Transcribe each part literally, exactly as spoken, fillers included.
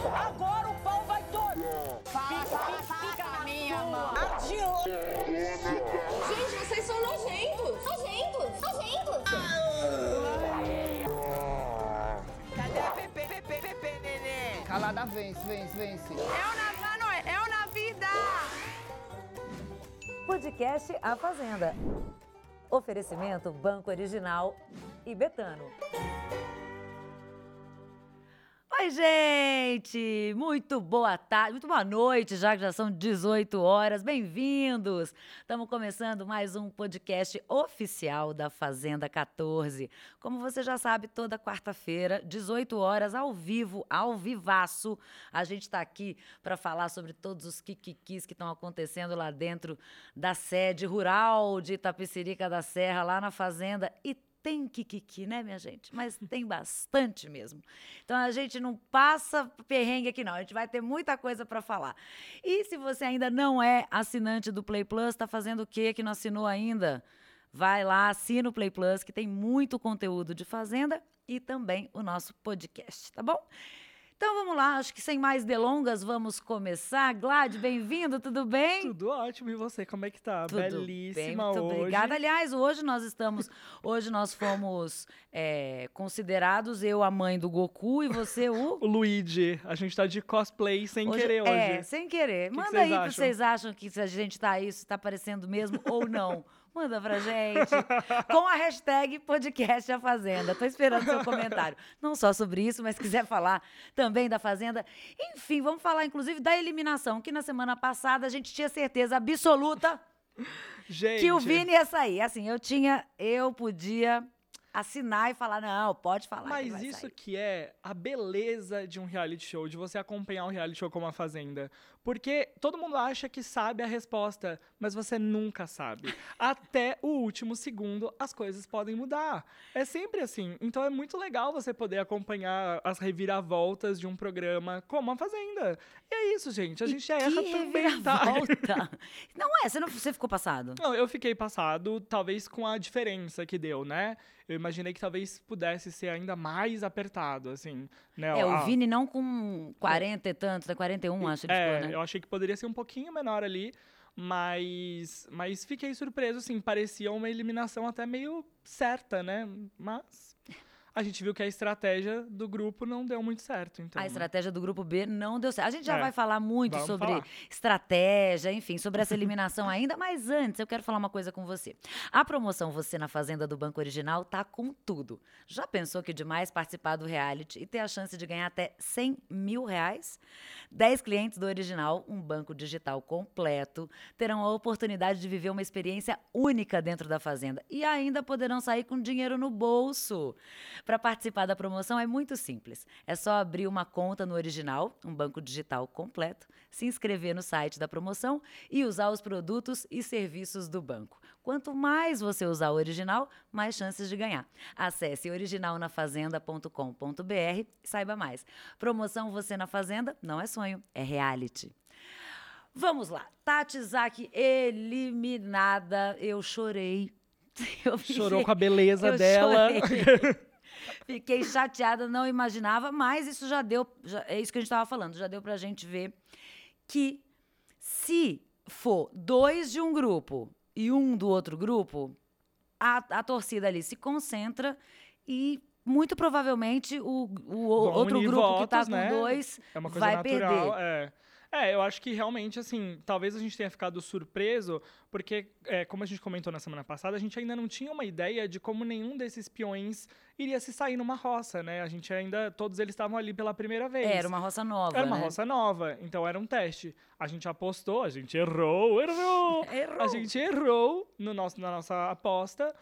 Agora o pau vai todo. Fala, fala, fica na minha mão. Gente, vocês são nojentos. Nojentos, nojentos. Cadê a Pepe, Pepe, Pepe, neném? Calada, vence, vence, vence. Eu na, mano, eu na vida. Podcast A Fazenda. Oferecimento Banco Original e Betano. Oi, gente! Muito boa tarde, muito boa noite, já que já são dezoito horas. Bem-vindos! Estamos começando mais um podcast oficial da Fazenda quatorze. Como você já sabe, toda quarta-feira, dezoito horas, ao vivo, ao vivaço, a gente está aqui para falar sobre todos os quiquiquis que estão acontecendo lá dentro da sede rural de Itapecerica da Serra, lá na Fazenda. E tem kikiki, né, minha gente? Mas tem bastante mesmo. Então, a gente não passa perrengue aqui, não. A gente vai ter muita coisa para falar. E se você ainda não é assinante do Play Plus, está fazendo o quê que não assinou ainda? Vai lá, assina o Play Plus, que tem muito conteúdo de Fazenda e também o nosso podcast, tá bom? Então, vamos lá. Acho que sem mais delongas, vamos começar. Glad, bem-vindo, tudo bem? Tudo ótimo. E você, como é que tá? Tudo Belíssima bem, muito hoje. obrigada. Aliás, hoje nós estamos, hoje nós fomos é, considerados, eu a mãe do Goku e você o... O Luigi. A gente tá de cosplay sem hoje, querer hoje. É, sem querer. Que Manda que aí vocês se vocês acham que se a gente tá isso, tá parecendo mesmo ou não. Manda pra gente, com a hashtag podcast A Fazenda. Tô esperando seu comentário. Não só sobre isso, mas se quiser falar também da Fazenda. Enfim, vamos falar inclusive da eliminação, que na semana passada a gente tinha certeza absoluta Gente. que o Vini ia sair. Assim, eu tinha, eu podia assinar e falar, não, pode falar. Mas que vai isso sair. que é a beleza de um reality show, de você acompanhar um reality show como A Fazenda. Porque todo mundo acha que sabe a resposta, mas você nunca sabe. Até o último segundo, as coisas podem mudar. É sempre assim. Então é muito legal você poder acompanhar as reviravoltas de um programa como A Fazenda. E é isso, gente. A gente e erra que também, tá? reviravolta. Não é, você, não, você ficou passado? Não, eu fiquei passado, talvez com a diferença que deu, né? Eu imaginei que talvez pudesse ser ainda mais apertado, assim, né? É, o A- Vini não com quarenta e tantos, né? quarenta e um, acho que ele É, ficou, né? eu achei que poderia ser um pouquinho menor ali, mas, mas fiquei surpreso, assim, parecia uma eliminação até meio certa, né? Mas a gente viu que a estratégia do grupo não deu muito certo, então. A né? estratégia do grupo B não deu certo. A gente já É, vai falar muito vamos sobre falar. estratégia, enfim, sobre essa eliminação ainda, mas antes eu quero falar uma coisa com você. A promoção Você na Fazenda do Banco Original tá com tudo. Já pensou que demais participar do reality e ter a chance de ganhar até cem mil reais? dez clientes do Original, um banco digital completo, terão a oportunidade de viver uma experiência única dentro da Fazenda e ainda poderão sair com dinheiro no bolso. Para participar da promoção é muito simples. É só abrir uma conta no Original, um banco digital completo, se inscrever no site da promoção e usar os produtos e serviços do banco. Quanto mais você usar o Original, mais chances de ganhar. Acesse original na fazenda ponto com ponto b r e saiba mais. Promoção Você na Fazenda não é sonho, é reality. Vamos lá. Tati Zaki eliminada. Eu chorei. Eu Chorou fiquei- com a beleza eu dela. chorei. Fiquei chateada, não imaginava, mas isso já deu, já- é isso que a gente estava falando, já deu pra gente ver que se for dois de um grupo e um do outro grupo, a, a torcida ali se concentra e muito provavelmente o, o Vão outro unir grupo que tá votos, com né? dois É uma coisa vai natural, perder. é. É, eu acho que realmente, assim, talvez a gente tenha ficado surpreso, porque, é, como a gente comentou na semana passada, a gente ainda não tinha uma ideia de como nenhum desses peões iria se sair numa roça, né? A gente ainda, todos eles estavam ali pela primeira vez. Era uma roça nova, Era uma né? roça nova, então era um teste. A gente apostou, a gente errou, errou! Errou. A gente errou no nosso, na nossa aposta,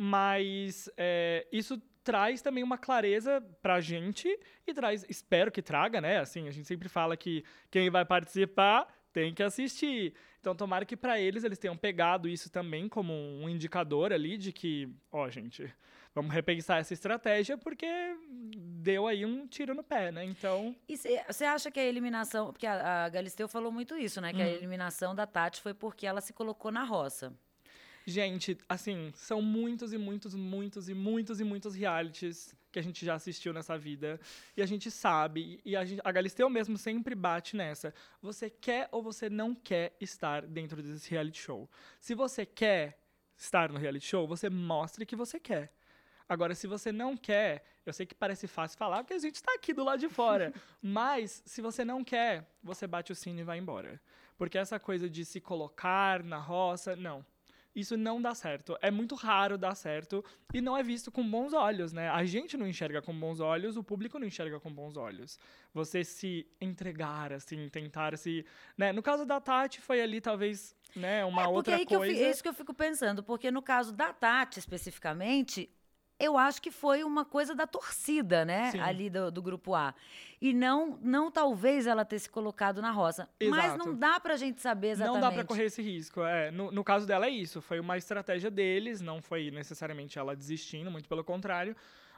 mas é, isso traz também uma clareza pra gente e traz, espero que traga, né? Assim, a gente sempre fala que quem vai participar tem que assistir. Então, tomara que pra eles, eles tenham pegado isso também como um indicador ali de que, ó, gente, vamos repensar essa estratégia porque deu aí um tiro no pé, né? Então, E você acha que a eliminação... Porque a, a Galisteu falou muito isso, né? Que a Uhum. eliminação da Tati foi porque ela se colocou na roça. Gente, assim, são muitos e muitos, muitos e muitos e muitos realities que a gente já assistiu nessa vida. E a gente sabe, e a, gente, a Galisteu mesmo sempre bate nessa. Você quer ou você não quer estar dentro desse reality show? Se você quer estar no reality show, você mostre que você quer. Agora, se você não quer, eu sei que parece fácil falar, porque a gente tá aqui do lado de fora. Mas, se você não quer, você bate o sino e vai embora. Porque essa coisa de se colocar na roça, não. Isso não dá certo. É muito raro dar certo e não é visto com bons olhos, né? A gente não enxerga com bons olhos, o público não enxerga com bons olhos. Você se entregar, assim, tentar se... Né? No caso da Tati, foi ali, talvez, né, uma É, porque outra aí que eu coisa. fi- é isso que eu fico pensando, porque no caso da Tati, especificamente, eu acho que foi uma coisa da torcida, né? Sim. Ali do, do grupo A. E não, não talvez ela ter se colocado na roça. Mas Exato. não dá pra gente saber exatamente. Não dá pra correr esse risco. É, no, no caso dela é isso. Foi uma estratégia deles, não foi necessariamente ela desistindo, muito pelo contrário.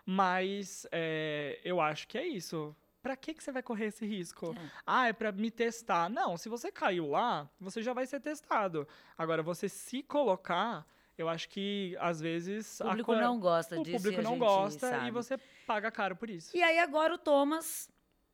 Mas é, eu acho que é isso. Pra que, que você vai correr esse risco? É. Ah, é pra me testar. Não, se você caiu lá, você já vai ser testado. Agora, você se colocar, eu acho que, às vezes... O público a co- não gosta o disso. público e a não gente gosta sabe. e você paga caro por isso. E aí agora o Thomas,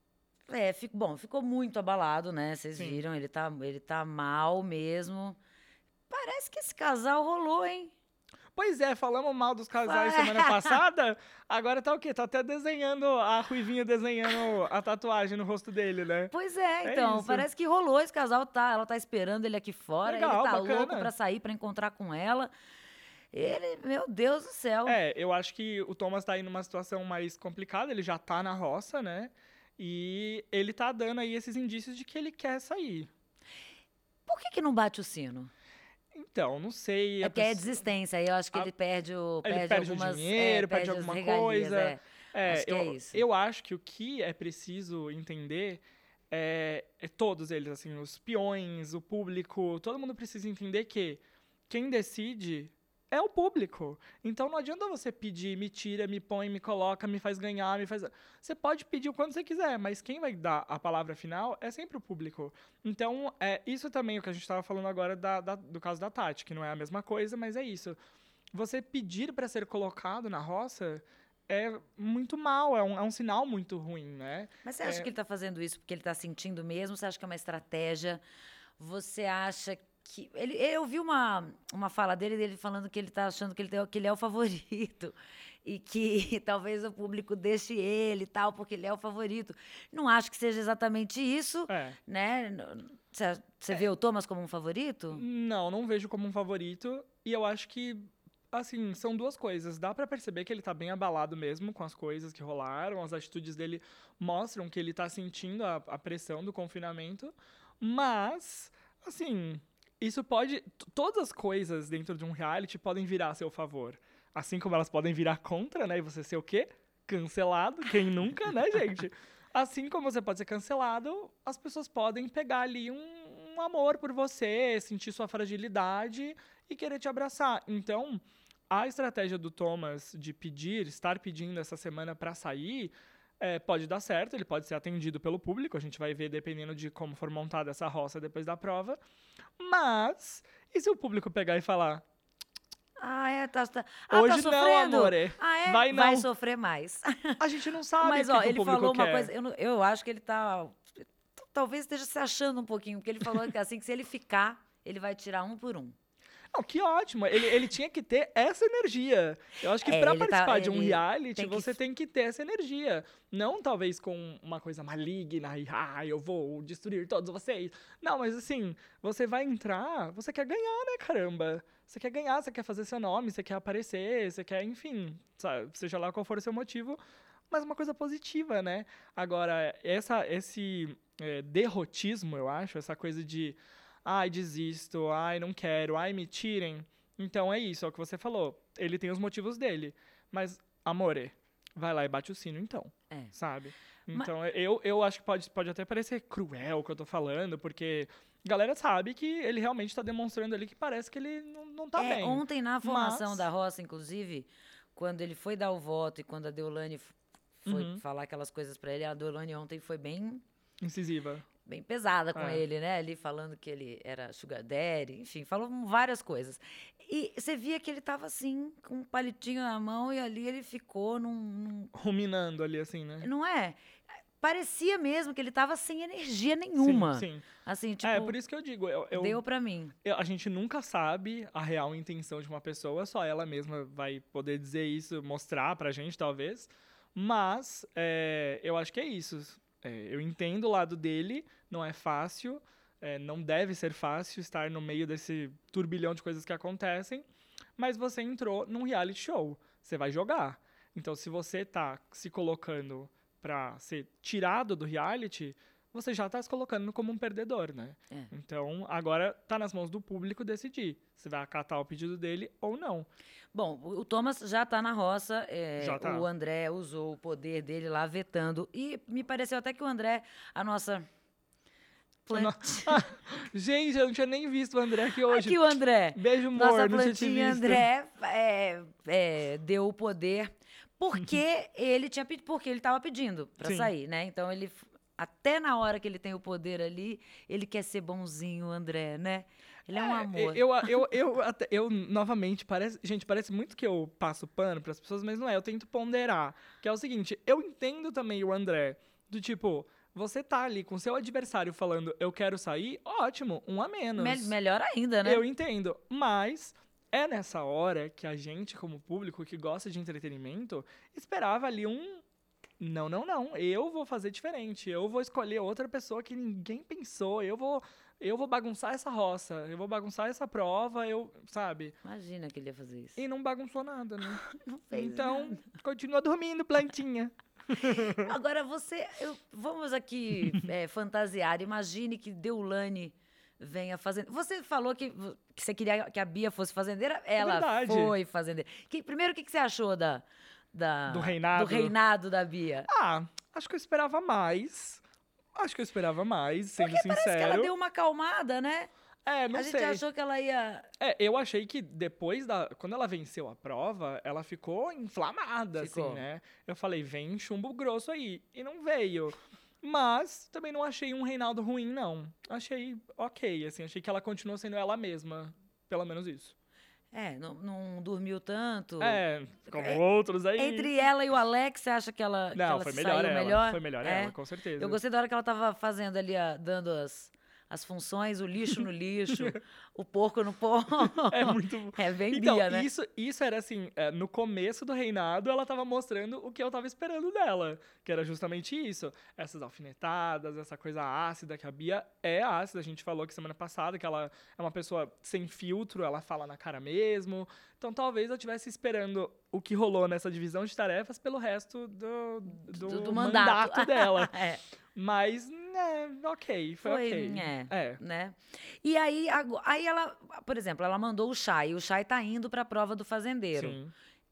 é, fico, bom, ficou muito abalado, né? Vocês Sim. viram, ele tá, ele tá mal mesmo. Parece que esse casal rolou, hein? Pois é, falamos mal dos casais semana passada, agora tá o quê? Tá até desenhando, a Ruivinha desenhando a tatuagem no rosto dele, né? Pois é, É então, isso. parece que rolou, esse casal tá, ela tá esperando ele aqui fora, Legal, ele tá bacana. louco pra sair, pra encontrar com ela. Ele, meu Deus do céu. É, eu acho que o Thomas tá aí numa situação mais complicada, ele já tá na roça, né? E ele tá dando aí esses indícios de que ele quer sair. Por que que não bate o sino? Então, não sei. É a porque é pessoa- desistência, aí eu acho que a- ele perde o ele perde, perde o algumas, dinheiro, é, perde as alguma regalias, coisa. é. É, Acho que eu, é isso. eu acho que o que é preciso entender é, é todos eles, assim, os peões, o público, todo mundo precisa entender que quem decide é o público. Então não adianta você pedir, me tira, me põe, me coloca, me faz ganhar, me faz... Você pode pedir o quanto você quiser, mas quem vai dar a palavra final é sempre o público. Então, é isso também, o que a gente estava falando agora da, da- do caso da Tati, que não é a mesma coisa, mas é isso. Você pedir para ser colocado na roça é muito mal, é um, é um sinal muito ruim, né? Mas você acha É. que ele tá fazendo isso porque ele tá sentindo mesmo? Você acha que é uma estratégia? Você acha que... Ele, eu vi uma, uma fala dele, dele falando que ele tá achando que ele, tem- que ele é o favorito. E que talvez o público deixe ele e tal, porque ele é o favorito. Não acho que seja exatamente isso, É. né? Você, você vê o Thomas como um favorito? Não, não vejo como um favorito. E eu acho que, assim, são duas coisas. Dá pra perceber que ele tá bem abalado mesmo com as coisas que rolaram. As atitudes dele mostram que ele tá sentindo a, a pressão do confinamento. Mas, assim, isso pode... t- Todas as coisas dentro de um reality podem virar a seu favor. Assim como elas podem virar contra, né? E você ser o quê? Cancelado. Quem nunca, né, gente? Assim como você pode ser cancelado, as pessoas podem pegar ali um, um amor por você, sentir sua fragilidade e querer te abraçar. Então, a estratégia do Thomas de pedir, estar pedindo essa semana pra sair, é, pode dar certo, ele pode ser atendido pelo público, a gente vai ver dependendo de como for montada essa roça depois da prova. Mas, e se o público pegar e falar, Ah, é? Tá, tá, ah, hoje tá não, sofrendo? amore, Ah, é? vai não. sofrer mais. A gente não sabe Mas, o que, ó, que o ele público falou uma quer. coisa... Eu, não- eu acho que ele tá... Talvez esteja se achando um pouquinho, porque ele falou que, assim, que se ele ficar, ele vai tirar um por um. Não, que ótimo. Ele, ele tinha que ter essa energia. Eu acho que É, pra ele tá- participar de um ele reality, tem que você f- tem que ter essa energia. Não talvez com uma coisa maligna e, ah, eu vou destruir todos vocês. Não, mas assim, você vai entrar, você quer ganhar, né, caramba? Você quer ganhar, você quer fazer seu nome, você quer aparecer, você quer, enfim, sabe, seja lá qual for o seu motivo, mas uma coisa positiva, né? Agora, essa, esse é, derrotismo, eu acho, essa coisa de, ai, desisto, ai, não quero, ai, me tirem. Então é isso, é o que você falou. Ele tem os motivos dele, mas, amore, vai lá e bate o sino então, É. sabe? Ma- Então, eu, eu acho que pode, pode até parecer cruel o que eu tô falando, porque a galera sabe que ele realmente tá demonstrando ali que parece que ele não, não tá É, bem. ontem, na formação Mas- da roça, inclusive, quando ele foi dar o voto e quando a Deolane f- foi Uhum. falar aquelas coisas pra ele, a Deolane ontem foi bem, Incisiva. bem pesada com É. ele, né? Ali falando que ele era sugar daddy, enfim, falou várias coisas. E você via que ele tava assim, com um palitinho na mão, e ali ele ficou num... num- Ruminando ali, assim, né? não é? Parecia mesmo que ele tava sem energia nenhuma. Sim, sim. Assim, tipo, É, por isso que eu digo, eu, eu- deu pra mim. eu- a gente nunca sabe a real intenção de uma pessoa, só ela mesma vai poder dizer isso, mostrar pra gente, talvez. Mas é, eu acho que é isso. É, eu entendo o lado dele, não é fácil, é, não deve ser fácil estar no meio desse turbilhão de coisas que acontecem, mas você entrou num reality show, você vai jogar. Então, se você tá se colocando pra ser tirado do reality, você já tá se colocando como um perdedor, né? É. Então, agora tá nas mãos do público decidir se vai acatar o pedido dele ou não. Bom, o o Thomas já tá na roça. é, Já tá. O André usou o poder dele lá vetando. E me pareceu até que o André, a nossa. Plant... Ah, gente, eu não tinha nem visto o André aqui hoje. Aqui o André. Beijo, amor, Nossa não tinha te plantinha visto. André é, é, deu o poder porque ele tinha pedido, porque ele tava pedindo pra Sim. sair, né? Então ele até na hora que ele tem o poder ali, ele quer ser bonzinho, o André, né? Ele é, um É, amor. Eu, eu, eu, até- eu, novamente, parece, gente, parece muito que eu passo pano pras pessoas, mas não é. Eu tento ponderar. Que é o seguinte, eu entendo também o André, do tipo, você tá ali com seu adversário falando, eu quero sair, ótimo, um a menos. Me- melhor ainda, né? Eu entendo, mas é nessa hora que a gente, como público que gosta de entretenimento, esperava ali um não, não, não, eu vou fazer diferente, eu vou escolher outra pessoa que ninguém pensou, eu vou eu vou bagunçar essa roça, eu vou bagunçar essa prova, eu, sabe? Imagina que ele ia fazer isso. E não bagunçou nada, né? Não fez Então, continua dormindo, plantinha. Agora você, eu- vamos aqui é, fantasiar. Imagine que Deulane venha fazendo. Você falou que, que você queria que a Bia fosse fazendeira. Ela verdade. foi fazendeira. Que, primeiro, o que, que você achou da, da- Do reinado? do reinado da Bia? Ah, acho que eu esperava mais. Acho que eu esperava mais, sendo Porque sincero. parece que ela deu uma acalmada, né? É, não a gente sei. achou que ela ia. É, eu achei que depois da. Quando ela venceu a prova, ela ficou inflamada, Ficou. assim, né? Eu falei, vem chumbo grosso aí. E não veio. Mas também não achei um Reinaldo ruim, não. Achei ok, assim. Achei que ela continuou sendo ela mesma. Pelo menos isso. É, não, não dormiu tanto. É, como É, outros aí. Entre ela e o Alex, você acha que ela, que Não, ela foi se melhor saiu ela. melhor? Foi melhor É. ela, com certeza. Eu gostei da hora que ela tava fazendo ali, a- dando as, as funções, o lixo no lixo, o porco no porco. É muito. É bem Então, Bia, né? isso, isso era assim, é, no começo do reinado, ela tava mostrando o que eu tava esperando dela. Que era justamente isso. Essas alfinetadas, essa coisa ácida, que a Bia é ácida. A gente falou que semana passada que ela é uma pessoa sem filtro, ela fala na cara mesmo. Então talvez eu estivesse esperando o que rolou nessa divisão de tarefas pelo resto do, do, Do, do mandato. mandato. dela. É, Mas, né, ok, foi, foi, ok. é, É. né? E aí, ago- aí ela, por exemplo, ela mandou o Chay, e o Chay tá indo pra prova do fazendeiro. Sim.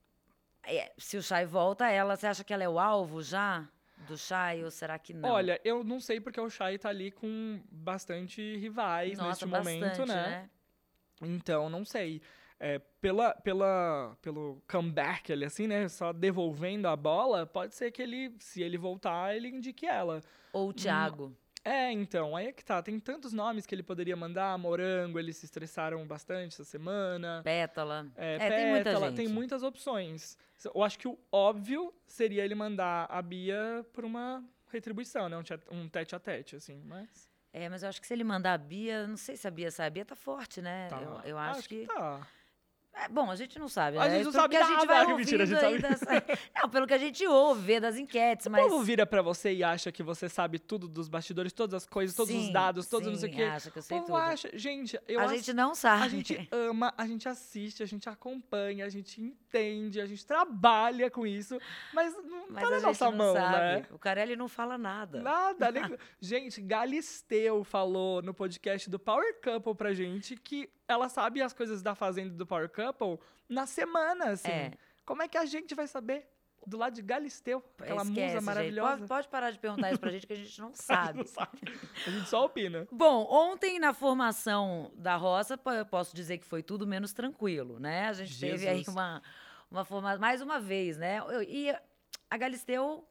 É, se o Chay volta, ela, você acha que ela é o alvo já do Chay, ou será que não? Olha, eu não sei porque o Chay tá ali com bastante rivais Nossa, neste momento, bastante, né? Então, não sei. É, pela, pela, pelo comeback ali, assim, né? Só devolvendo a bola, pode ser que ele, se ele voltar, ele indique ela. Ou o Thiago. É, então, aí é que tá. Tem tantos nomes que ele poderia mandar. Morango, eles se estressaram bastante essa semana. Pétala. É, É, tem muita Pétala, gente. tem muitas opções. Eu acho que o óbvio seria ele mandar a Bia por uma retribuição, né? Um, tete- um tete a tete, assim, mas... É, mas eu acho que se ele mandar a Bia, não sei se a Bia sabe. A Bia tá forte, né? Tá. Eu, eu acho, que. tá. É, bom, a gente não sabe, A né? gente não Pelo sabe que a gente nada. vai Mentira, a gente ouvindo aí sabe. das- Não, pelo que a gente ouve, vê das enquetes, O mas... povo vira pra você e acha que você sabe tudo dos bastidores, todas as coisas, todos os Sim, dados, todos não sei o sim, quê. acha que eu sei O povo tudo. acha... Gente, eu a acho- gente não sabe. A gente ama, a gente assiste, a gente acompanha, a gente entende, a gente trabalha com isso, mas não Mas tá a na gente nossa não mão, sabe. né? O Carelli não fala nada. Nada. Nem... Gente, Galisteu falou no podcast do Power Couple pra gente que ela sabe as coisas da Fazenda e do Power Couple na semana, assim. É. Como é que a gente vai saber? Do lado de Galisteu, aquela Esquece, musa gente. maravilhosa. Pode, pode parar de perguntar isso pra gente, que a gente não sabe. Não sabe. A gente só opina. Bom, ontem na formação da roça, po- eu posso dizer que foi tudo menos tranquilo, né? A gente teve aí Jesus. uma, uma formação, mais uma vez, né? Eu- E a Galisteu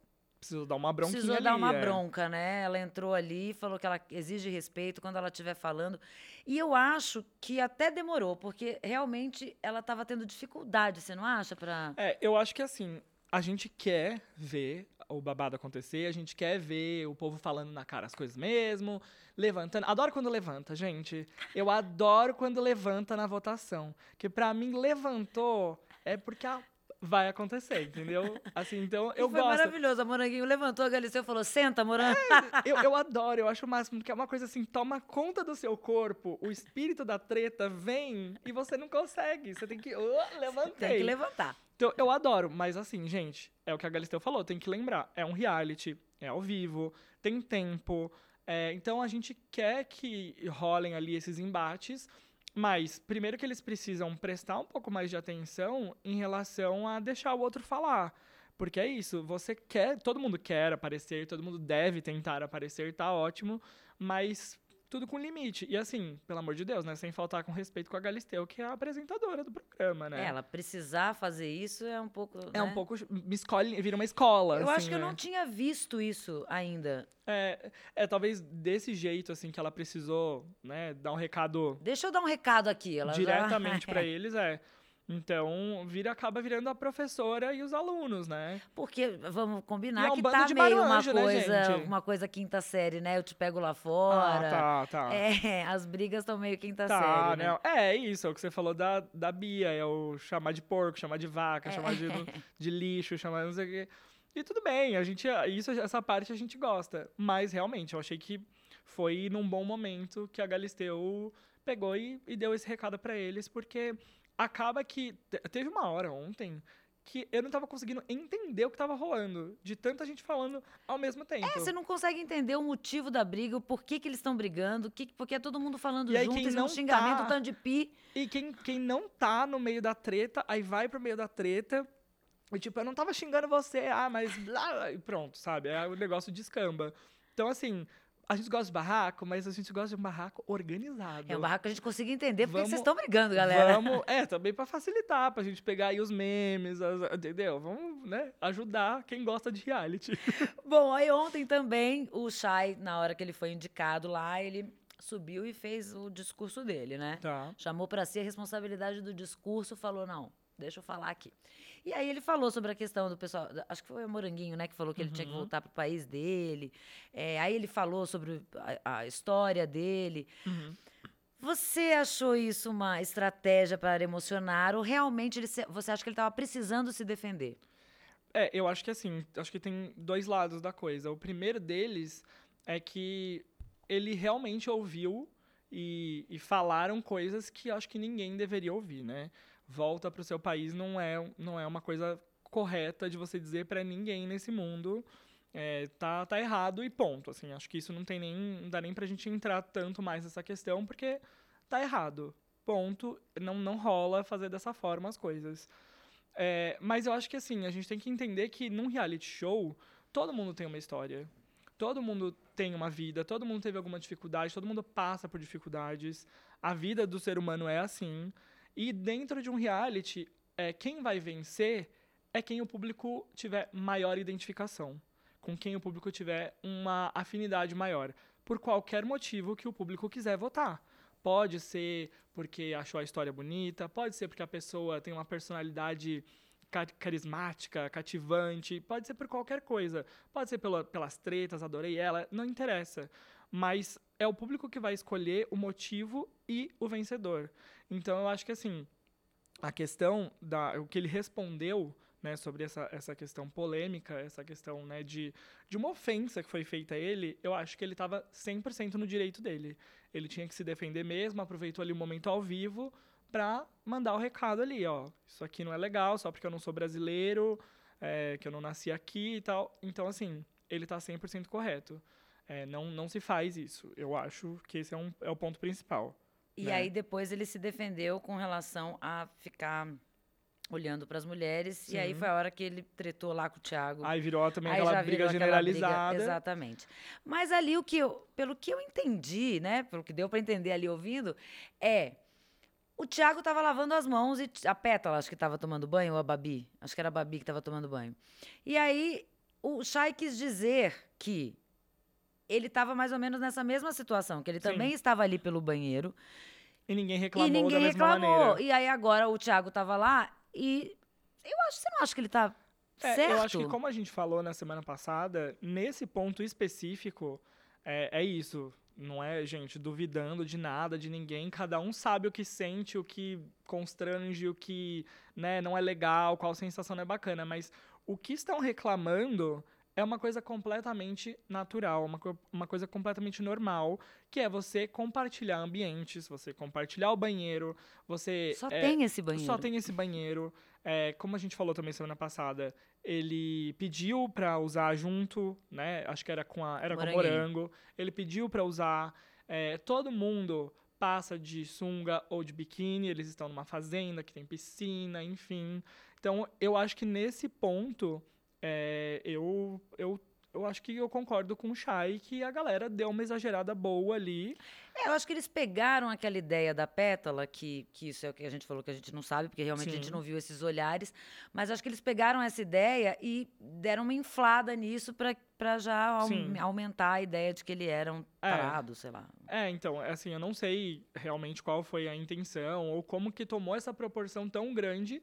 precisou dar uma bronquinha Precisou ali. dar uma é. bronca, né? Ela entrou ali, falou que ela exige respeito quando ela estiver falando. E eu acho que até demorou, porque realmente ela estava tendo dificuldade, você não acha? Pra... É, eu acho que assim, a gente quer ver o babado acontecer, a gente quer ver o povo falando na cara as coisas mesmo, levantando. Adoro quando levanta, gente. Eu adoro quando levanta na votação. Que pra mim, levantou é porque a... vai acontecer, entendeu? Assim, então eu e foi gosto. maravilhoso. A Moranguinho levantou a Galisteu e falou: senta, Morango. Eu, eu adoro, eu acho o máximo, porque é uma coisa assim, toma conta do seu corpo, o espírito da treta vem e você não consegue. Você tem que. Oh, levantei. Tem que levantar. Então, eu adoro, mas assim, gente, é o que a Galisteu falou, tem que lembrar. É um reality, é ao vivo, tem tempo. É, então a gente quer que rolem ali esses embates. Mas, primeiro que eles precisam prestar um pouco mais de atenção em relação a deixar o outro falar. Porque é isso, você quer, todo mundo quer aparecer, todo mundo deve tentar aparecer, tá ótimo, mas tudo com limite. E assim, pelo amor de Deus, né, sem faltar com respeito com a Galisteu, que é a apresentadora do programa, né? É, ela precisar fazer isso é um pouco. É né? um pouco, me escolhe, vira uma escola, Eu assim, acho que eu né? não tinha visto isso ainda. É, é, talvez desse jeito, assim, que ela precisou, né, dar um recado Deixa eu dar um recado aqui. Ela diretamente já... pra eles, é. Então, vira, acaba virando a professora e os alunos, né? Porque, vamos E combinar é um que bando tá de meio uma marmanjo, né, coisa, gente? uma coisa quinta série, né? Eu te pego lá fora. Ah, tá, tá. É, as brigas estão meio quinta Tá, série, né? né? É, é isso, é o que você falou da, da Bia, é o chamar de porco, chamar de vaca, É. chamar de, de lixo, chamar não sei o quê. E tudo bem, a gente, isso, essa parte a gente gosta. Mas, realmente, eu achei que foi num bom momento que a Galisteu pegou e, e deu esse recado pra eles, porque acaba que... te- Teve uma hora ontem que eu não tava conseguindo entender o que tava rolando, de tanta gente falando ao mesmo tempo. É, você não consegue entender o motivo da briga, o porquê que eles estão brigando, o que, porque é todo mundo falando E aí, junto, quem esse não um xingamento, tá- um tanto de pi. E quem, quem não tá no meio da treta, aí vai pro meio da treta. E tipo, eu não tava xingando você, ah, mas blá, e pronto, sabe? Aí o negócio descamba. Então, assim, a gente gosta de barraco, mas a gente gosta de um barraco organizado. É um barraco que a gente consiga entender porque Vamos- vocês estão brigando, galera. Vamos, é, também pra facilitar, pra gente pegar aí os memes, as- entendeu? Vamos, né, ajudar quem gosta de reality. Bom, aí ontem também o Chay, na hora que ele foi indicado lá, ele subiu e fez o discurso dele, né? Tá. Chamou pra si a responsabilidade do discurso, falou, não, deixa eu falar aqui. E aí ele falou sobre a questão do pessoal, acho que foi o Moranguinho, né, que falou que ele tinha que voltar pro país dele. É, aí ele falou sobre a, a história dele. Uhum. Você achou isso uma estratégia para emocionar ou realmente ele se- você acha que ele estava precisando se defender? É, eu acho que assim, acho que tem dois lados da coisa. O primeiro deles é que ele realmente ouviu e, e falaram coisas que acho que ninguém deveria ouvir, né? Volta pro seu país não é, não é uma coisa correta de você dizer pra ninguém nesse mundo. É, tá, tá errado e ponto. Assim, acho que isso não tem nem, não dá nem pra gente entrar tanto mais nessa questão, porque tá errado. Ponto. Não, não rola fazer dessa forma as coisas. É, mas eu acho que assim, a gente tem que entender que num reality show, todo mundo tem uma história. Todo mundo tem uma vida, todo mundo teve alguma dificuldade, todo mundo passa por dificuldades. A vida do ser humano é assim. E dentro de um reality, é, quem vai vencer é quem o público tiver maior identificação. Com quem o público tiver uma afinidade maior. Por qualquer motivo que o público quiser votar. Pode ser porque achou a história bonita, pode ser porque a pessoa tem uma personalidade ca- carismática, cativante, pode ser por qualquer coisa. Pode ser pela, pelas tretas, adorei ela, não interessa. Mas é o público que vai escolher o motivo e o vencedor. Então eu acho que assim, a questão, da, o que ele respondeu, né, sobre essa, essa questão polêmica, essa questão, né, de, de uma ofensa que foi feita a ele, eu acho que ele estava cem por cento no direito dele. Ele tinha que se defender mesmo, aproveitou ali o momento ao vivo para mandar o recado ali, ó, isso aqui não é legal, só porque eu não sou brasileiro, é, que eu não nasci aqui e tal. Então, assim, ele tá cem por cento correto. É, não, não se faz isso. Eu acho que esse é, um, é o ponto principal. E né? aí depois ele se defendeu com relação a ficar olhando para as mulheres. Sim. E aí foi a hora que ele tretou lá com o Thiago. Aí virou também Aí aquela já briga virou aquela generalizada. briga, exatamente. Mas ali o que eu, pelo que eu entendi, né, pelo que deu para entender ali ouvindo, é o Thiago estava lavando as mãos e a Pétala acho que estava tomando banho ou a Babi, acho que era a Babi que estava tomando banho. E aí o Chay quis dizer que ele estava mais ou menos nessa mesma situação, que ele Sim. também estava ali pelo banheiro. E ninguém reclamou e ninguém da mesma reclamou. maneira. E aí agora o Thiago estava lá e eu acho, você não acha que ele tá É, certo? eu acho que como a gente falou na semana passada, nesse ponto específico, é, é isso. Não é, gente, duvidando de nada, de ninguém. Cada um sabe o que sente, o que constrange, o que, né, não é legal, qual sensação não é bacana. Mas o que estão reclamando é uma coisa completamente natural, uma, co- uma coisa completamente normal, que é você compartilhar ambientes, você compartilhar o banheiro, você... Só é, tem esse banheiro. Só tem esse banheiro. É, como a gente falou também semana passada, ele pediu pra usar junto, né? Acho que era com a, era com o Moranguinho. morango. Ele pediu pra usar. É, todo mundo passa de sunga ou de biquíni. Eles estão numa fazenda que tem piscina, enfim. Então, eu acho que nesse ponto, é, eu, eu, eu acho que eu concordo com o Chay que a galera deu uma exagerada boa ali. É, eu acho que eles pegaram aquela ideia da pétala, que, que isso é o que a gente falou que a gente não sabe, porque realmente a gente Sim. não viu esses olhares, mas acho que eles pegaram essa ideia e deram uma inflada nisso para já au- Sim. aumentar a ideia de que ele era um É. tarado, sei lá. É, então, assim, eu não sei realmente qual foi a intenção ou como que tomou essa proporção tão grande,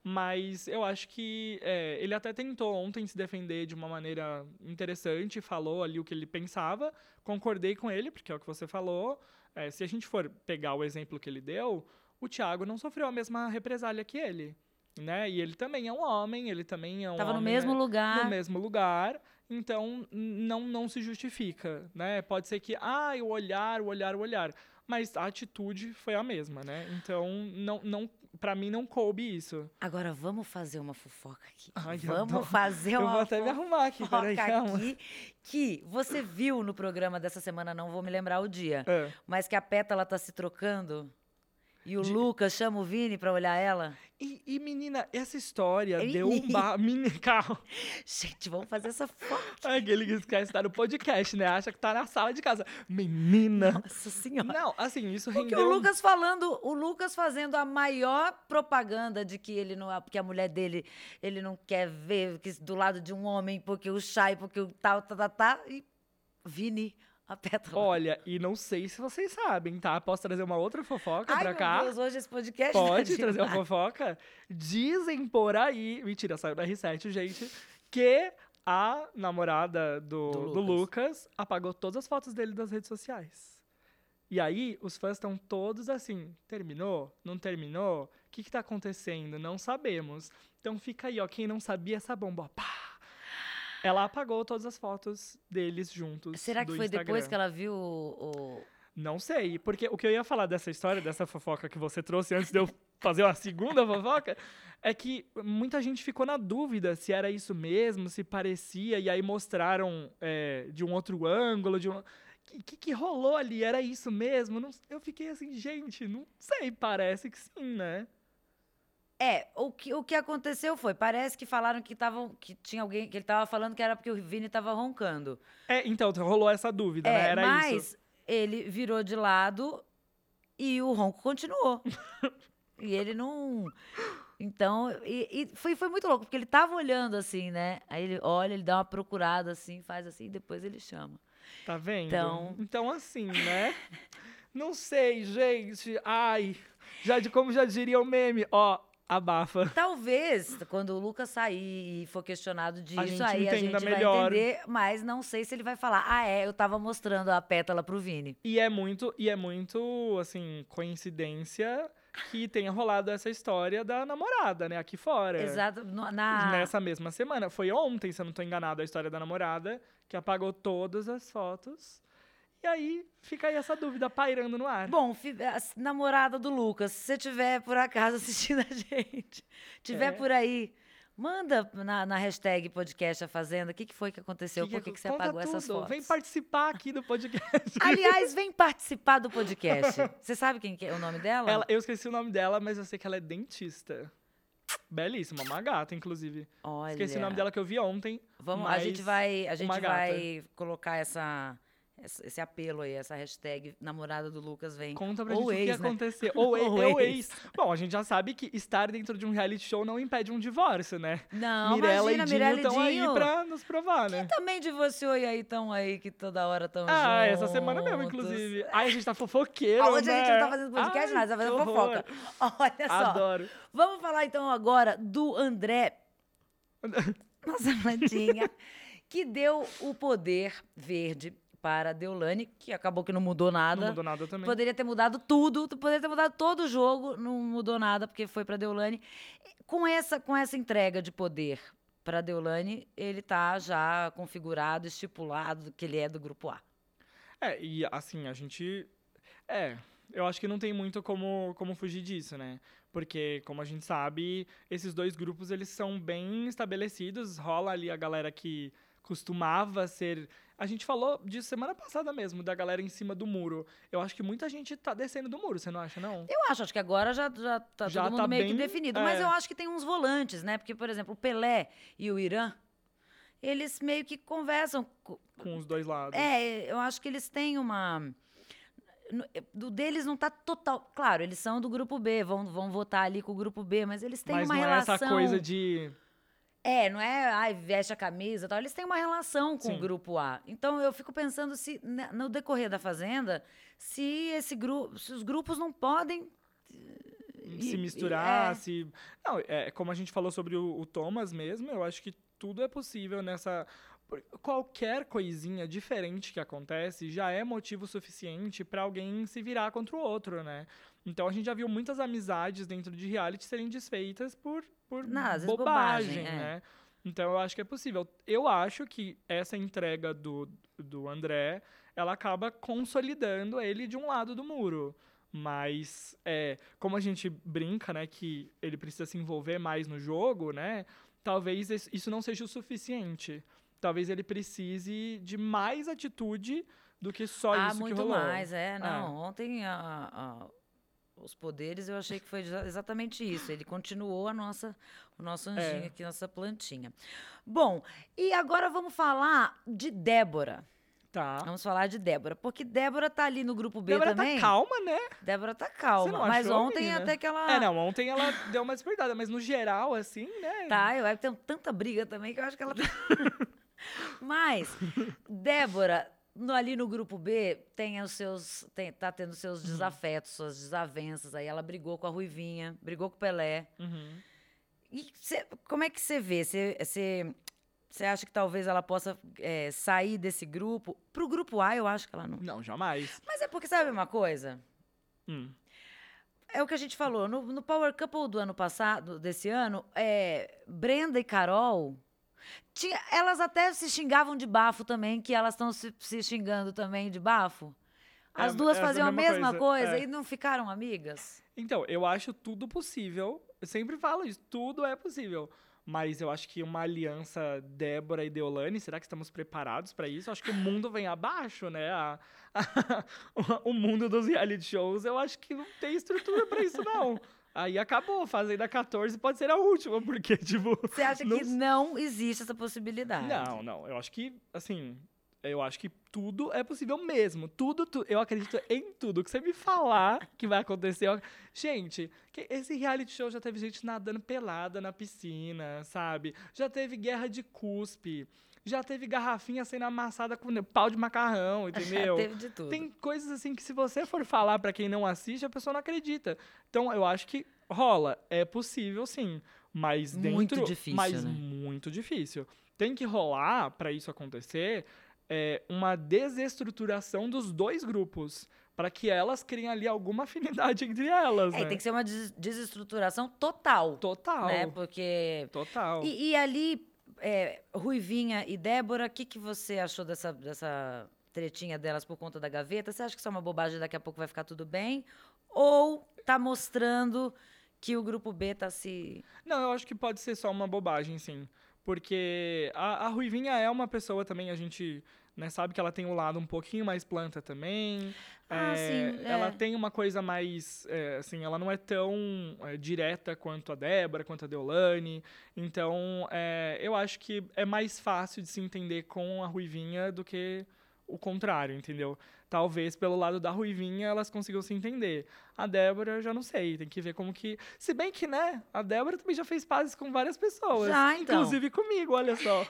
mas eu acho que é, ele até tentou ontem se defender de uma maneira interessante, falou ali o que ele pensava, concordei com ele, porque é o que você falou. É, se a gente for pegar o exemplo que ele deu, o Thiago não sofreu a mesma represália que ele, né? E ele também é um homem, ele também é um Tava no homem, mesmo né, lugar. no mesmo lugar, então n- não, não se justifica, né? Pode ser que, ah, o olhar, o olhar, o olhar, mas a atitude foi a mesma, né? Então, não, não, para mim não coube isso. Agora vamos fazer uma fofoca aqui. Ai, eu vamos adoro. fazer Eu uma vou até me arrumar aqui, fofoca peraí, calma. aqui que você viu no programa dessa semana, não vou me lembrar o dia, É. mas que a pétala tá se trocando e o De- Lucas chama o Vini pra olhar ela. E, e, menina, essa história É deu um menina. bar... Menina, calma. Gente, vamos fazer essa fofoca. Aquele que esquece de estar no podcast, né? Acha que tá na sala de casa. Menina. Nossa senhora. Não, assim, isso Porque rendeu... o Lucas falando, o Lucas fazendo a maior propaganda de que ele não, porque a mulher dele, ele não quer ver que do lado de um homem, porque o Chay, porque o tal, tá, tá, tá, e Vini, a pétala. Olha, e não sei se vocês sabem, tá? Posso trazer uma outra fofoca Ai, pra meu cá? Deus, hoje esse podcast Pode tá trazer uma demais. fofoca? Dizem por aí, mentira, saiu da R sete, gente, que a namorada do, Do do Lucas. Lucas apagou todas as fotos dele das redes sociais. E aí, os fãs estão todos assim, terminou? Não terminou? O que que tá acontecendo? Não sabemos. Então fica aí, ó, quem não sabia essa bomba, ó, pá! Ela apagou todas as fotos deles juntos. Será que do foi depois Instagram. que ela viu o... o- Não sei, porque o que eu ia falar dessa história, dessa fofoca que você trouxe antes de eu fazer uma segunda fofoca, é que muita gente ficou na dúvida se era isso mesmo, se parecia, e aí mostraram é, de um outro ângulo, de um... O que, que rolou ali? Era isso mesmo? Não- eu fiquei assim, gente, não sei, parece que sim, né? É, o que, o que aconteceu foi, parece que falaram que, tavam, que tinha alguém, que ele tava falando que era porque o Vini tava roncando. É, então, rolou essa dúvida, É, né? Era mas isso. ele virou de lado e o ronco continuou. E ele não... Então, e, e foi, foi muito louco, porque ele tava olhando assim, né? Aí ele olha, ele dá uma procurada assim, faz assim, e depois ele chama. Tá vendo? Então- Então, assim, né? Não sei, gente. Ai, já de como já diria o meme, ó, abafa. Talvez, quando o Lucas sair e for questionado disso, gente aí a gente entenda vai melhor. entender, mas não sei se ele vai falar, ah, é, eu tava mostrando a pétala pro Vini. E é muito, e é muito, assim, coincidência que tenha rolado essa história da namorada, né, aqui fora. Exato, no- na... Nessa mesma semana. Foi ontem, se eu não tô enganado, a história da namorada, que apagou todas as fotos. E aí, fica aí essa dúvida pairando no ar. Bom, fi- a s- namorada do Lucas, se você tiver por acaso assistindo a gente, tiver É. por aí, manda na, na hashtag podcast A Fazenda, o que, que foi que aconteceu, por que, que você conta apagou essas tudo. fotos. Vem participar aqui do podcast. Aliás, vem participar do podcast. Você sabe quem que é o nome dela? Ela, eu esqueci o nome dela, mas eu sei que ela é dentista. Belíssima, uma gata, inclusive. Olha, Esqueci o nome dela que eu vi ontem. Vamos, a mas gente vai, a gente uma gata. vai colocar essa, esse esse apelo aí, essa hashtag namorada do Lucas vem. Conta pra Ou gente ex, o que né? aconteceu. Ou, e- Ou ou ex. ex. Bom, a gente já sabe que estar dentro de um reality show não impede um divórcio, né? Não, Mirella imagina, e Dinho Mirella e estão aí Dinho. pra nos provar, né? Também divorciou e aí estão aí que toda hora estão juntos. Ah, essa semana mesmo, inclusive. Ai, a gente tá fofoqueiro, Hoje né? a gente não tá fazendo podcast, Ai, nada, tá fazendo que fofoca. horror. Olha só. Adoro. Vamos falar então agora do André, nossa plantinha, que deu o poder verde para a Deolane, que acabou que não mudou nada. Não mudou nada também. Poderia ter mudado tudo, poderia ter mudado todo o jogo, não mudou nada porque foi para Deolane. Com essa, com essa entrega de poder para Deolane, ele tá já configurado, estipulado que ele é do grupo A. É, e assim, a gente... É, eu acho que não tem muito como, como fugir disso, né? Porque, como a gente sabe, esses dois grupos, eles são bem estabelecidos. Rola ali a galera que costumava ser... A gente falou disso semana passada mesmo, da galera em cima do muro. Eu acho que muita gente tá descendo do muro, você não acha, não? Eu acho, acho que agora já, já tá Já todo mundo tá meio que bem, definido. é. Mas eu acho que tem uns volantes, né? Porque, por exemplo, o Pelé e o Irã, eles meio que conversam. co- Com os dois lados. É, eu acho que eles têm uma... no- Do deles não tá total... Claro, eles são do grupo B, vão, vão votar ali com o grupo B, mas eles têm Mas uma não relação... é essa coisa de... É, não é, ai, veste a camisa e tal. Eles têm uma relação com Sim. o grupo A. Então eu fico pensando se, né, no decorrer da Fazenda, se esse grupo, se os grupos não podem se e- misturar, é. se... Não, é como a gente falou sobre o, o Thomas mesmo, eu acho que tudo é possível nessa... por- Qualquer coisinha diferente que acontece já é motivo suficiente pra alguém se virar contra o outro, né? Então a gente já viu muitas amizades dentro de reality serem desfeitas por, por Não, às vezes bobagem, bobagem, é. né? Então eu acho que é possível. Eu acho que essa entrega do, do André, ela acaba consolidando ele de um lado do muro. Mas, é, como a gente brinca, né, que ele precisa se envolver mais no jogo, né, talvez es- isso não seja o suficiente. Talvez ele precise de mais atitude do que só ah, isso que muito rolou. mais, é. Não, É. ontem a- a- os poderes eu achei que foi exa- exatamente isso. Ele continuou a nossa, o nosso anjinho É. aqui, nossa plantinha. Bom, e agora vamos falar de Débora. Tá. Vamos falar de Débora, porque Débora tá ali no grupo B Débora também. tá calma, né? Débora tá Você calma, não mas achou, ontem menina? até que ela... É, não, ontem ela deu uma despertada, mas no geral, assim, né? Tá, eu tenho tanta briga também que eu acho que ela tá... Mas, Débora, no- ali no grupo B, tem os seus, tem, tá tendo seus desafetos, suas desavenças. Aí ela brigou com a Ruivinha, brigou com o Pelé. Uhum. E cê- como é que você vê? Você acha que talvez ela possa é, sair desse grupo? Pro grupo A, eu acho que ela não. Não, jamais. Mas é porque, sabe uma coisa? Hum. É o que a gente falou. No, no Power Couple do ano passado, desse ano, é, Brenda e Carol, tinha- elas até se xingavam de bafo também, que elas estão se, se xingando também de bafo. É As a- duas é a faziam a mesma mesma coisa, coisa, é. e não ficaram amigas? Então, eu acho tudo possível. Eu sempre falo isso, tudo é possível. Mas eu acho que uma aliança Débora e Deolane, será que estamos preparados para isso? Eu acho que o mundo vem abaixo, né? A- a- o mundo dos reality shows, eu acho que não tem estrutura para isso, não. Aí acabou, Fazenda quatorze pode ser a última, porque, tipo... Você acha não que não existe essa possibilidade? Não, não. Eu acho que, assim, eu acho que tudo é possível mesmo. Tudo, tu, eu acredito em tudo. O que você me falar que vai acontecer. eu- Gente, que esse reality show já teve gente nadando pelada na piscina, sabe? Já teve guerra de cuspe. Já teve garrafinha sendo amassada com pau de macarrão, entendeu? Teve de tudo. Tem coisas assim que se você for falar pra quem não assiste, a pessoa não acredita. Então, eu acho que rola. É possível, sim. Mas dentro... Muito difícil, Mas né? muito difícil. Tem que rolar, pra isso acontecer, é, uma desestruturação dos dois grupos. Pra que elas criem ali alguma afinidade entre elas, É, né? tem que ser uma des- desestruturação total. Total. Né? Porque... Total. E, e ali, é, Ruivinha e Débora, o que, que você achou dessa, dessa tretinha delas por conta da gaveta? Você acha que isso é uma bobagem, daqui a pouco vai ficar tudo bem? Ou tá mostrando que o grupo B tá se... Não, eu acho que pode ser só uma bobagem, sim. Porque a, a Ruivinha é uma pessoa também, a gente né, sabe que ela tem um lado um pouquinho mais planta também. Ah, É, sim, Ela é. tem uma coisa mais, é, assim, ela não é tão é, direta quanto a Débora, quanto a Deolane. Então, é, eu acho que é mais fácil de se entender com a Ruivinha do que o contrário, entendeu? Talvez pelo lado da Ruivinha elas consigam se entender. A Débora, eu já não sei, tem que ver como que... Se bem que, né, a Débora também já fez pazes com várias pessoas. Já, então. Inclusive comigo, olha só.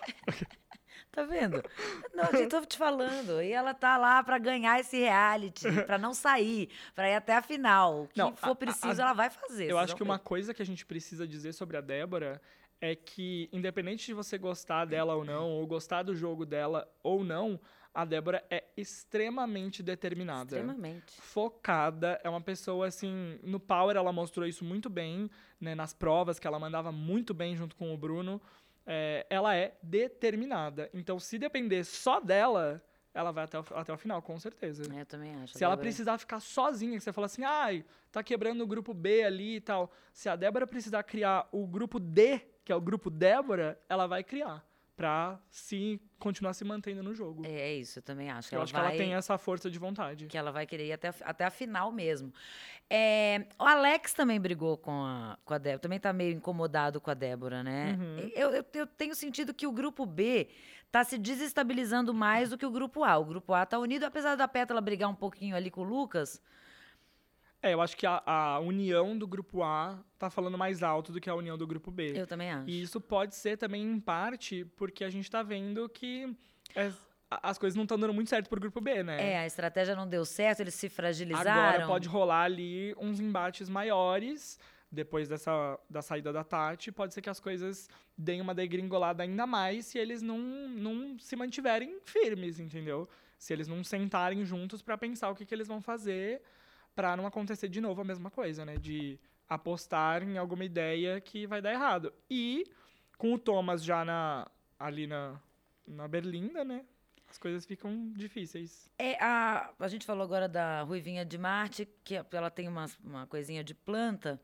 Tá vendo? Não, eu tô te falando. E ela tá lá pra ganhar esse reality, pra não sair, pra ir até a final. O que Não, for a- a- preciso, a- ela vai fazer. Eu vocês acho vão que ver. uma coisa que a gente precisa dizer sobre a Débora é que, independente de você gostar dela ou não, ou gostar do jogo dela ou não, a Débora é extremamente determinada. Extremamente. Focada, é uma pessoa, assim, no Power ela mostrou isso muito bem, né, nas provas que ela mandava muito bem junto com o Bruno. É, ela é determinada. Então, se depender só dela, ela vai até o, até o final, com certeza. É, eu também acho. Se a ela Débora- precisar ficar sozinha, que você fala assim, ai, tá quebrando o grupo B ali e tal. Se a Débora precisar criar o grupo D, que é o grupo Débora, ela vai criar. Pra se, continuar se mantendo no jogo. É, é isso, eu também acho. Eu ela acho vai... que ela tem essa força de vontade. que ela vai querer ir até, a- até a final mesmo. É, o Alex também brigou com a, com a Débora, também tá meio incomodado com a Débora, né? Uhum. Eu, eu, eu tenho sentido que o grupo B tá se desestabilizando mais do que o grupo A. O grupo A tá unido, apesar da Pétala brigar um pouquinho ali com o Lucas. É, eu acho que a, a união do grupo A tá falando mais alto do que a união do grupo B. Eu também acho. E isso pode ser também, em parte, porque a gente tá vendo que é, a- as coisas não estão dando muito certo pro grupo B, né? É, a estratégia não deu certo, eles se fragilizaram. Agora pode rolar ali uns embates maiores depois dessa da saída da Tati. Pode ser que as coisas deem uma degringolada ainda mais se eles não, não se mantiverem firmes, entendeu? Se eles não sentarem juntos pra pensar o que, que eles vão fazer pra não acontecer de novo a mesma coisa, né? De apostar em alguma ideia que vai dar errado. E com o Thomas já na, ali na, na Berlinda, né? As coisas ficam difíceis. É, a, a gente falou agora da Ruivinha de Marte, que ela tem uma, uma coisinha de planta.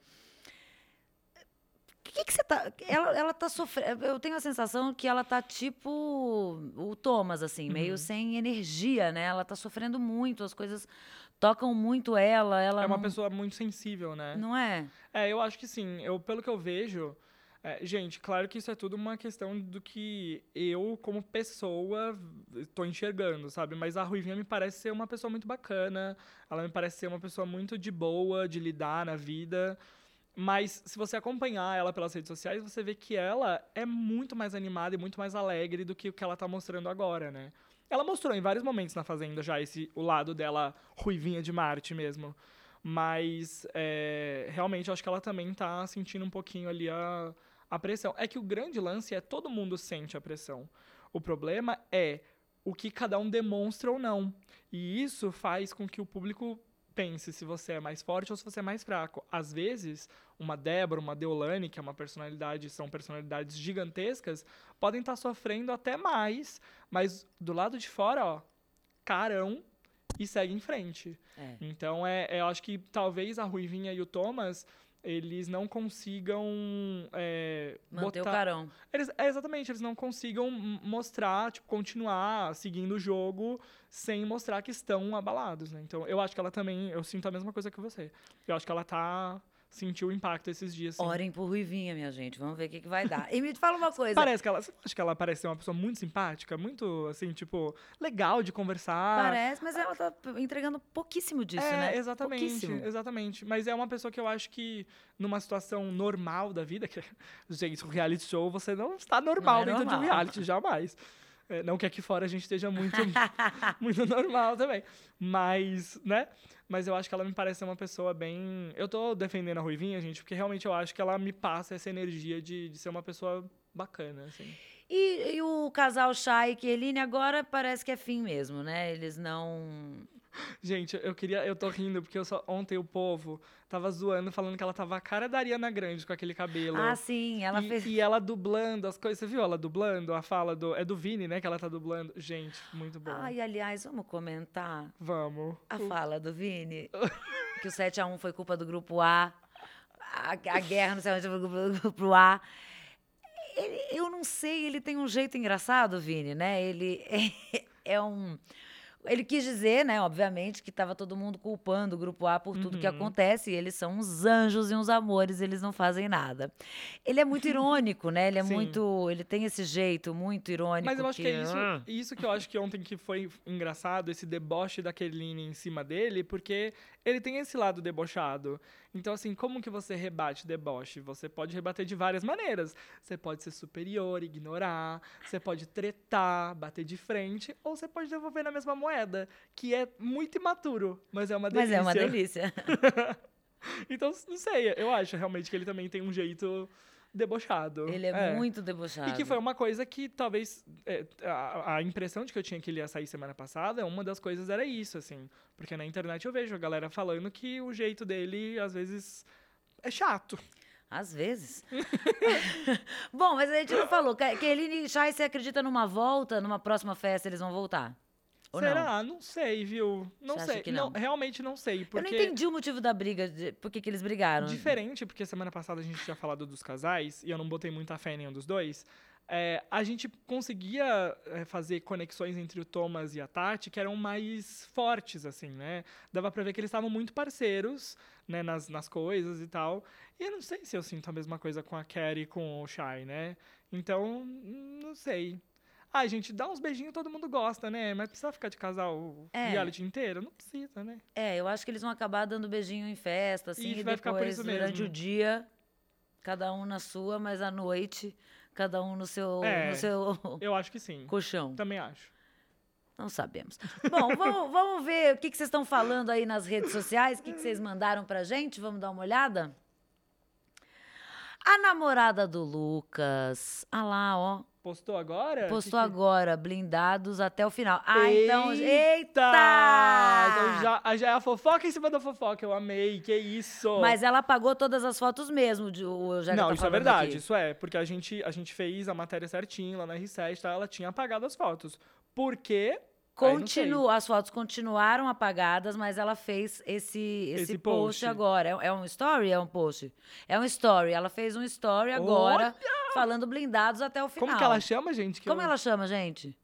O que, que você tá. Ela, ela tá sofrendo. Eu tenho a sensação que ela tá tipo o Thomas, assim, meio Uhum. sem energia, né? Ela tá sofrendo muito, as coisas tocam muito ela. Ela É uma não, pessoa muito sensível, né? não é? É, eu acho que sim. Eu, pelo que eu vejo, é, gente, claro que isso é tudo uma questão do que eu, como pessoa, estou enxergando, sabe? Mas a Ruivinha me parece ser uma pessoa muito bacana. Ela me parece ser uma pessoa muito de boa, de lidar na vida. Mas se você acompanhar ela pelas redes sociais, você vê que ela é muito mais animada e muito mais alegre do que o que ela tá mostrando agora, né? Ela mostrou em vários momentos na Fazenda já esse, o lado dela Ruivinha de Marte mesmo. Mas é, realmente eu acho que ela também tá sentindo um pouquinho ali a, a pressão. É que o grande lance é todo mundo sente a pressão. O problema é o que cada um demonstra ou não. E isso faz com que o público pense se você é mais forte ou se você é mais fraco. Às vezes, uma Débora, uma Deolane, que é uma personalidade, são personalidades gigantescas, podem estar sofrendo até mais, mas do lado de fora, ó, carão e segue em frente. É. Então, é, é, eu acho que talvez a Ruivinha e o Thomas, eles não consigam é, Manter o botar... carão. Eles, é, exatamente, eles não consigam m- mostrar, tipo, continuar seguindo o jogo sem mostrar que estão abalados, né? Então, eu acho que ela também, eu sinto a mesma coisa que você. Eu acho que ela tá, sentiu o impacto esses dias, sim. Orem por Ruivinha, minha gente. Vamos ver o que, que vai dar. E me fala uma coisa. Parece que ela, você acha que ela parece ser uma pessoa muito simpática, muito, assim, tipo, legal de conversar. Parece, mas ela tá entregando pouquíssimo disso, é, né? exatamente, Pouquíssimo. exatamente. Mas é uma pessoa que eu acho que, numa situação normal da vida, que, gente, um reality show, você não está normal Não é dentro de um normal. reality, jamais. É, não que aqui fora a gente esteja muito, muito normal também. Mas, né? Mas eu acho que ela me parece ser uma pessoa bem... Eu tô defendendo a Ruivinha, gente, porque realmente eu acho que ela me passa essa energia de, de ser uma pessoa bacana, assim. E, e o casal Chay e Keline agora parece que é fim mesmo, né? Eles não... Gente, eu queria. Eu tô rindo, porque eu só, ontem o povo tava zoando, falando que ela tava a cara da Ariana Grande com aquele cabelo. Ah, sim, ela e, fez... e ela dublando as coisas. Você viu ela dublando? A fala do. É do Vini, né? Que ela tá dublando. Gente, muito bom. Ai, aliás, vamos comentar Vamos. a fala do Vini? Que o sete a um foi culpa do grupo A. A, a guerra no sete a um foi culpa do grupo A. Ele- eu não sei, ele tem um jeito engraçado, Vini, né? Ele é, é um... Ele quis dizer, né, obviamente, que estava todo mundo culpando o Grupo A por tudo que Uhum. acontece, e eles são uns anjos e uns amores, eles não fazem nada. Ele é muito irônico, né? Ele é Sim. muito. Ele tem esse jeito muito irônico. Mas eu acho que é isso, Ah. isso que eu acho que ontem que foi engraçado, esse deboche da Kerline em cima dele, porque ele tem esse lado debochado. Então, assim, como que você rebate deboche? Você pode rebater de várias maneiras. Você pode ser superior, ignorar, você pode tretar, bater de frente, ou você pode devolver na mesma moeda, que é muito imaturo, mas é uma Mas delícia. é uma delícia. Então, não sei, eu acho realmente que ele também tem um jeito debochado. Ele é, muito debochado. E que foi uma coisa que talvez. é, a, a impressão de que eu tinha que ele ia sair semana passada, uma das coisas era isso, assim. Porque na internet eu vejo a galera falando que o jeito dele, às vezes, é chato. Às vezes. Bom, mas a gente não falou. Kerline e Chay, você acredita numa volta, numa próxima festa eles vão voltar? Ou não? Será? Não sei, viu? Não Você acha sei. que não? realmente não sei. Eu Porque não entendi o motivo da briga, de, por que que eles brigaram. Diferente, porque semana passada a gente tinha falado dos casais, e eu não botei muita fé em nenhum dos dois. É, a gente conseguia é, fazer conexões entre o Thomas e a Tati que eram mais fortes, assim, né? Dava pra ver que eles estavam muito parceiros, né, nas, nas coisas e tal. E eu não sei se eu sinto a mesma coisa com a Kerry e com o Chay, né? Então, não sei. Ah, gente, dá uns beijinhos, todo mundo gosta, né? Mas precisa ficar de casal o É. reality inteiro? Não precisa, né? É, eu acho que eles vão acabar dando beijinho em festa, assim, Isso, e vai ficar por depois, isso durante mesmo. o dia, cada um na sua, mas à noite, cada um no seu, É. no seu Eu acho que sim. colchão. Também acho. Não sabemos. Bom, vamos, vamos ver o que, que vocês estão falando aí nas redes sociais, o que, que vocês mandaram pra gente, vamos dar uma olhada? A namorada do Lucas, ah lá, ó, Postou agora? postou Que que- agora, blindados até o final. Ah, então, Eita! eita! Então já, já é a fofoca em cima da fofoca, eu amei, que isso! Mas ela apagou todas as fotos mesmo, de, o Jaga Não, tá isso é falando verdade, aqui. isso é, porque a gente, a gente fez a matéria certinho lá na R sete, tá? Ela tinha apagado as fotos. Por quê? Aí não sei. Continua, as fotos continuaram apagadas, mas ela fez esse, esse, Esse post. post. agora. É, é um story? É um post? É um story. Ela fez um story agora, falando blindados até o final. Como que ela chama, gente? Que Como eu- ela chama, gente?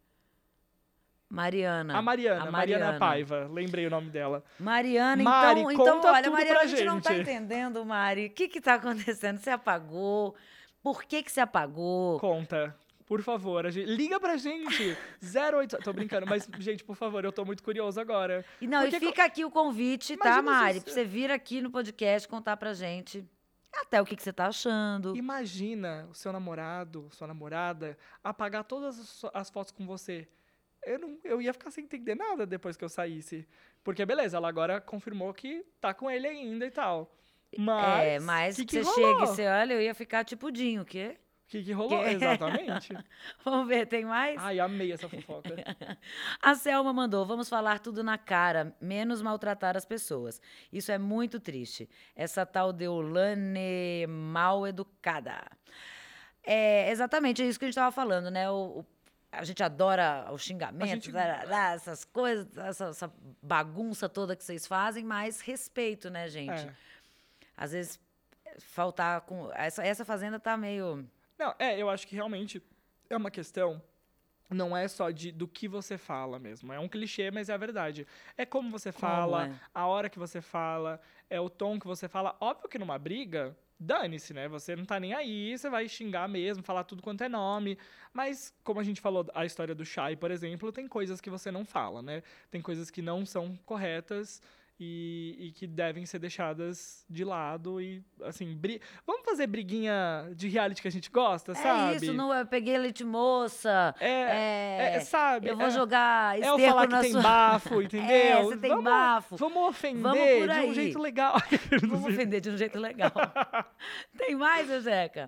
Mariana. A Mariana, A Mariana Paiva, lembrei o nome dela. Mariana, Mari, então, então conta olha, tudo Mariana, pra a gente, não tá gente. entendendo, Mari. O que que tá acontecendo? Você apagou? Por que que você apagou? Conta, por favor, a gente, liga pra gente, zero oito... Tô brincando, mas, gente, por favor, eu tô muito curioso agora. E não, Porque e fica aqui o convite, tá, Imagina Mari? se- Pra você vir aqui no podcast contar pra gente até o que, que você tá achando. Imagina o seu namorado, sua namorada, apagar todas as su- as fotos com você. Eu, não, eu ia ficar sem entender nada depois que eu saísse. Porque, beleza, ela agora confirmou que tá com ele ainda e tal. Mas, é, mas que que, que você rolou? chega e você olha, eu ia ficar tipo Dinho, o quê? O que, que rolou? Que- Exatamente. Vamos ver, tem mais? Ai, amei essa fofoca. A Selma mandou, vamos falar tudo na cara, menos maltratar as pessoas. Isso é muito triste. Essa tal Deolane mal educada. É, exatamente, é isso que a gente estava falando, né? O, o- a gente adora o xingamento, gente- darará, essas coisas, essa, essa bagunça toda que vocês fazem, mas respeito, né, gente? É. Às vezes, faltar com... Essa, essa fazenda tá meio... Não, é, eu acho que realmente é uma questão, não é só de, do que você fala mesmo. É um clichê, mas é a verdade. É como você fala, é? a hora que você fala, é o tom que você fala. Óbvio que numa briga, dane-se, né? Você não tá nem aí, você vai xingar mesmo, falar tudo quanto é nome. Mas, como a gente falou, a história do Chay, por exemplo, tem coisas que você não fala, né? Tem coisas que não são corretas. E, e que devem ser deixadas de lado e, assim, bri... vamos fazer briguinha de reality que a gente gosta, sabe? É isso, não, eu peguei leite moça. É, é, é, sabe? Eu vou é, jogar é esterco eu falar que na tem sua... bafo, entendeu? É, você tem vamos, bafo. Vamos ofender Vamos por de um aí. jeito legal. Vamos ofender de um jeito legal. Tem mais, ô Jeca?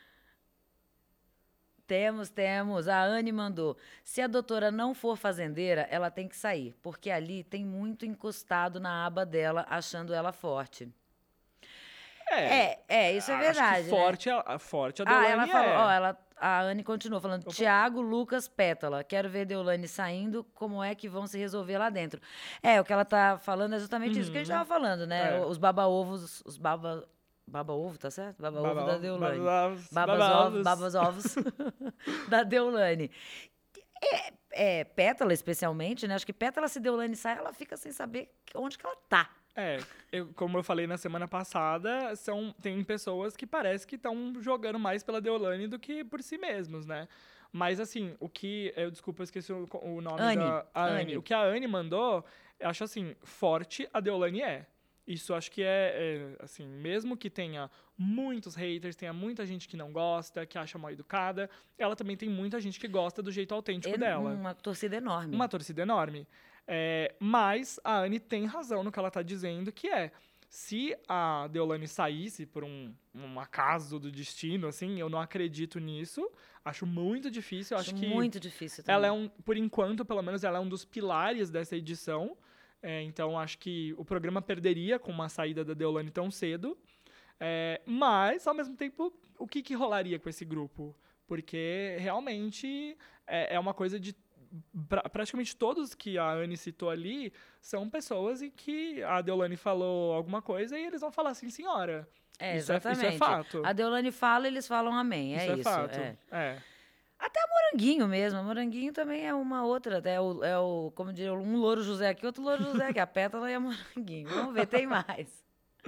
Temos, temos. A Anne mandou. Se a doutora não for fazendeira, ela tem que sair, porque ali tem muito encostado na aba dela, achando ela forte. É, é, isso é acho verdade. que né? forte, a, forte a Ah, Deolane ela falou, é. ó, ela, a Anne continuou falando, Tiago, Lucas, Pétala, quero ver Deolane saindo, como é que vão se resolver lá dentro. É, o que ela tá falando é justamente isso que a gente tava falando, né? É. Os baba-ovos, os baba... Baba-ovo, tá certo? Baba-ovo Baba- da Deolane. babas- Babas-ovos, babavos. babas-ovos da Deolane. É, é, Pétala, especialmente, né? Acho que Pétala, se Deolane sai, ela fica sem saber onde que ela tá. É, eu, como eu falei na semana passada, são, tem pessoas que parece que estão jogando mais pela Deolane do que por si mesmos, né? Mas, assim, o que... Eu, desculpa, eu esqueci o, o nome Anne, da... A Anne. Anne. O que a Anne mandou, eu acho, assim, forte a Deolane é. Isso acho que é, é, assim, mesmo que tenha muitos haters, tenha muita gente que não gosta, que acha mal educada, ela também tem muita gente que gosta do jeito autêntico É dela. uma torcida enorme. Uma torcida enorme. É, mas a Anne tem razão no que ela tá dizendo, que é, se a Deolane saísse por um, um acaso do destino, assim, eu não acredito nisso. Acho muito difícil. Acho Acho que muito difícil também. ela é um, por enquanto, pelo menos, ela é um dos pilares dessa edição. É, então, acho que o programa perderia com uma saída da Deolane tão cedo. É, mas, ao mesmo tempo, o que, que rolaria com esse grupo? Porque, realmente, é, é uma coisa de... Pra, praticamente todos que a Anne citou ali são pessoas em que a Deolane falou alguma coisa e eles vão falar assim, senhora. É, isso, é, exatamente. isso é fato. A Deolane fala, eles falam amém. É isso isso. é fato. É. É. Até a Moranguinho mesmo. A Moranguinho também é uma outra. É o, é o como diria, um louro José aqui, outro louro José aqui. A Pétala e a Moranguinho. Vamos ver, tem mais.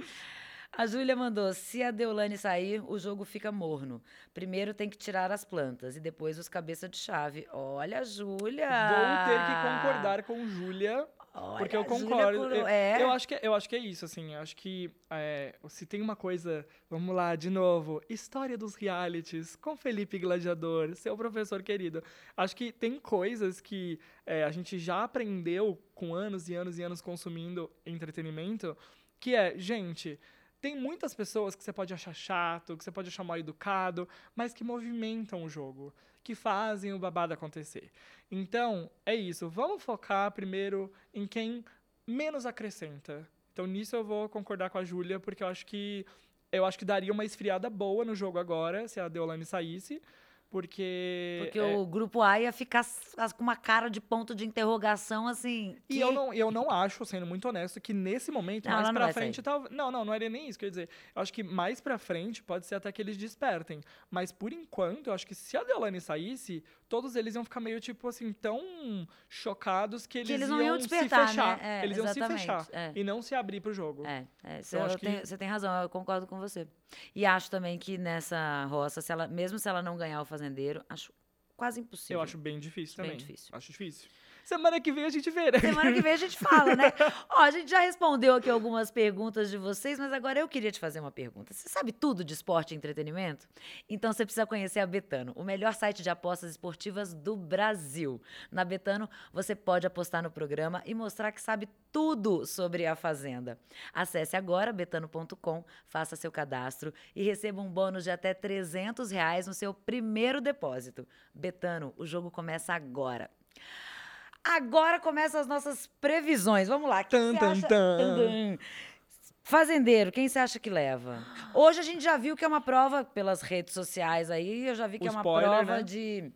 A Júlia mandou, se a Deolane sair, o jogo fica morno. Primeiro tem que tirar as plantas e depois os cabeça de chave. Olha, Júlia! Vou ter que concordar com Júlia, Olha, porque eu a Júlia concordo. Coro- Eu, é. eu, acho que, eu acho que é isso, assim. Eu acho que é, se tem uma coisa... Vamos lá, de novo. História dos realities, com Felipe Gladiador, seu professor querido. Acho que tem coisas que é, a gente já aprendeu com anos e anos e anos consumindo entretenimento, que é, gente... Tem muitas pessoas que você pode achar chato, que você pode achar mal educado, mas que movimentam o jogo, que fazem o babado acontecer. Então, é isso. Vamos focar primeiro em quem menos acrescenta. Então, nisso eu vou concordar com a Júlia, porque eu acho que eu acho que daria uma esfriada boa no jogo agora, se a Deolane saísse. Porque... Porque é, o grupo A ia ficar s- as- com uma cara de ponto de interrogação, assim. E que- eu não, eu não acho, sendo muito honesto, que nesse momento, Não, mais ela não pra vai frente, sair. tal, não, não, não era nem isso, quer dizer, eu acho que mais pra frente pode ser até que eles despertem, mas por enquanto, eu acho que se a Deolane saísse, todos eles iam ficar meio, tipo assim, tão chocados que eles, eles não iam iam despertar, se fechar, né? É, eles iam se exatamente, fechar, é. e não se abrir pro jogo. É, é, você Eu acho tem, que- você tem razão, eu concordo com você. E acho também que nessa roça, se ela, mesmo se ela não ganhar o fazendeiro, acho quase impossível. Eu acho bem difícil Bem também. difícil. Acho difícil. Semana que vem a gente vê, né? Semana que vem a gente fala, né? Ó, a gente já respondeu aqui algumas perguntas de vocês, mas agora eu queria te fazer uma pergunta. Você sabe tudo de esporte e entretenimento? Então você precisa conhecer a Betano, o melhor site de apostas esportivas do Brasil. Na Betano, você pode apostar no programa e mostrar que sabe tudo sobre a Fazenda. Acesse agora betano ponto com, faça seu cadastro e receba um bônus de até trezentos reais no seu primeiro depósito. Betano, o jogo começa agora. Agora começam as nossas previsões. Vamos lá. Quem Tan, você tan, acha... tan. Tan, tan. Fazendeiro, quem você acha que leva? Hoje a gente já viu que é uma prova pelas redes sociais aí, eu já vi que O é uma spoiler, prova né? de